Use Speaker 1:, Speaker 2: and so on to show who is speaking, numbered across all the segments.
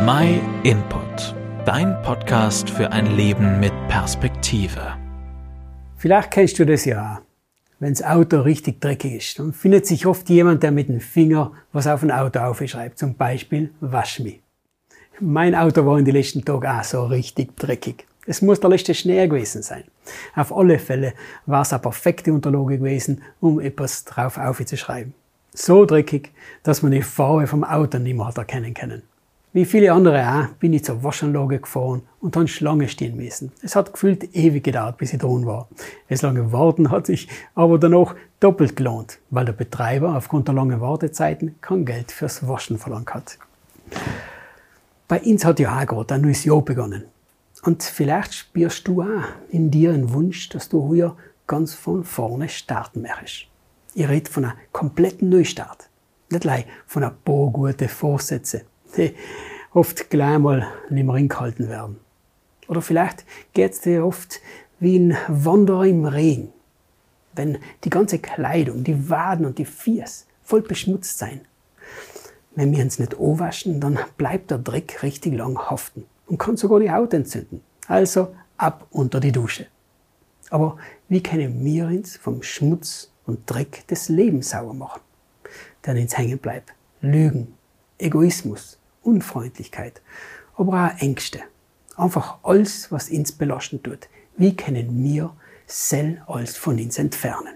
Speaker 1: My Input, dein Podcast für ein Leben mit Perspektive.
Speaker 2: Vielleicht kennst du das ja auch. Wenn das Auto richtig dreckig ist, dann findet sich oft jemand, der mit dem Finger was auf ein Auto aufschreibt. Zum Beispiel, wasch mich. Mein Auto war in den letzten Tagen auch so richtig dreckig. Es muss der letzte Schnee gewesen sein. Auf alle Fälle war es eine perfekte Unterlage gewesen, um etwas drauf aufzuschreiben. So dreckig, dass man die Farbe vom Auto nicht mehr hat erkennen können. Wie viele andere auch, bin ich zur Waschanlage gefahren und dann Schlange stehen müssen. Es hat gefühlt ewig gedauert, bis ich dran war. Das lange Warten hat sich aber danach doppelt gelohnt, weil der Betreiber aufgrund der langen Wartezeiten kein Geld fürs Waschen verlangt hat. Bei uns hat ja auch gerade ein neues Jahr begonnen. Und vielleicht spürst du auch in dir einen Wunsch, dass du hier ganz von vorne starten möchtest. Ich rede von einem kompletten Neustart. Nicht gleich von ein paar guten Vorsätzen, die oft gleich mal nicht mehr hingehalten werden. Oder vielleicht geht es dir oft wie ein Wanderer im Regen. Wenn die ganze Kleidung, die Waden und die Füße voll beschmutzt sein. Wenn wir uns nicht anwaschen, dann bleibt der Dreck richtig lang haften und kann sogar die Haut entzünden. Also ab unter die Dusche. Aber wie können wir uns vom Schmutz und Dreck des Lebens sauber machen, der uns hängen bleibt? Lügen, Egoismus, Unfreundlichkeit, aber auch Ängste. Einfach alles, was uns belasten tut. Wie können wir alles von uns entfernen?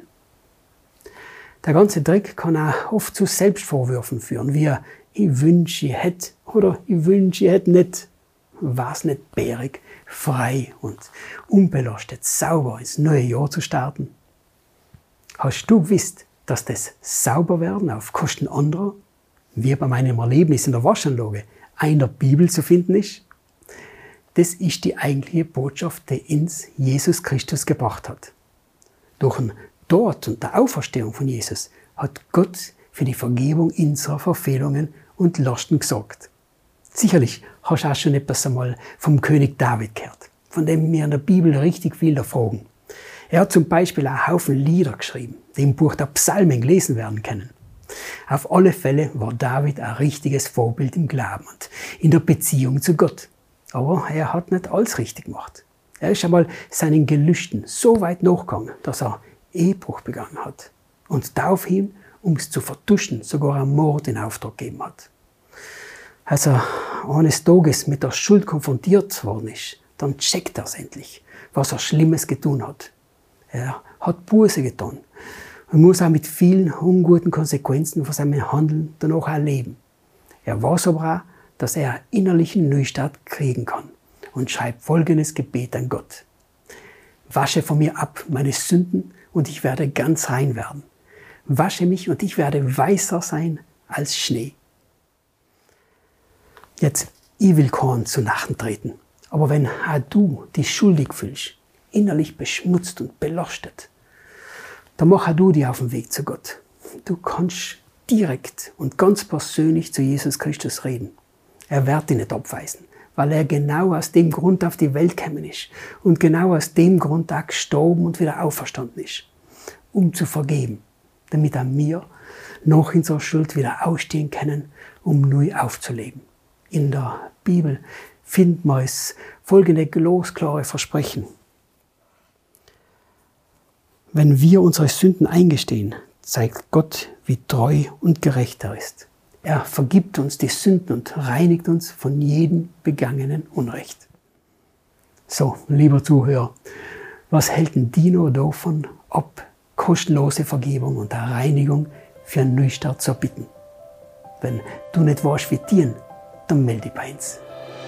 Speaker 2: Der ganze Dreck kann auch oft zu Selbstvorwürfen führen, wie ich wünsche, ich hätte oder ich wünsche, ich hätte nicht. War es nicht bärig, frei und unbelastet, sauber ins neue Jahr zu starten? Hast du gewusst, dass das Sauberwerden auf Kosten anderer, wie bei meinem Erlebnis in der Waschanlage, in der Bibel zu finden ist? Das ist die eigentliche Botschaft, die uns Jesus Christus gebracht hat. Durch den Tod und der Auferstehung von Jesus hat Gott für die Vergebung unserer Verfehlungen und Lasten gesorgt. Sicherlich hast du auch schon etwas einmal vom König David gehört, von dem wir in der Bibel richtig viel erfragen. Er hat zum Beispiel einen Haufen Lieder geschrieben, die im Buch der Psalmen gelesen werden können. Auf alle Fälle war David ein richtiges Vorbild im Glauben und in der Beziehung zu Gott. Aber er hat nicht alles richtig gemacht. Er ist einmal seinen Gelüsten so weit nachgegangen, dass er Ehebruch begangen hat. Und daraufhin, um es zu vertuschen, sogar einen Mord in Auftrag gegeben hat. Als er eines Tages mit der Schuld konfrontiert worden ist, dann checkt er es endlich, was er Schlimmes getan hat. Er hat Buße getan und muss auch mit vielen unguten Konsequenzen von seinem Handeln danach auch leben. Er weiß aber auch, dass er einen innerlichen Neustart kriegen kann und schreibt folgendes Gebet an Gott. Wasche von mir ab meine Sünden und ich werde ganz rein werden. Wasche mich und ich werde weißer sein als Schnee. Jetzt, ich will keinen zu Nachen treten, aber wenn auch du dich schuldig fühlst, innerlich beschmutzt und belastet, dann mach auch du dich auf den Weg zu Gott. Du kannst direkt und ganz persönlich zu Jesus Christus reden. Er wird dich nicht abweisen, weil er genau aus dem Grund auf die Welt gekommen ist und genau aus dem Grund auch gestorben und wieder auferstanden ist, um zu vergeben, damit auch wir nach unserer Schuld wieder ausstehen können, um neu aufzuleben. In der Bibel finden wir es folgende glasklare Versprechen. Wenn wir unsere Sünden eingestehen, zeigt Gott, wie treu und gerecht er ist. Er vergibt uns die Sünden und reinigt uns von jedem begangenen Unrecht. So, lieber Zuhörer, was hält denn Dino davon ab, kostenlose Vergebung und Reinigung für einen Neustart zu erbitten? Wenn du nicht weißt, wie dienen, dann melde dich bei uns.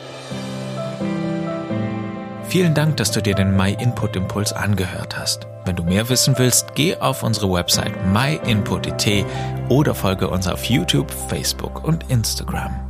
Speaker 1: Vielen Dank, dass du dir den My Input Impuls angehört hast. Wenn du mehr wissen willst, geh auf unsere Website myinput.it oder folge uns auf YouTube, Facebook und Instagram.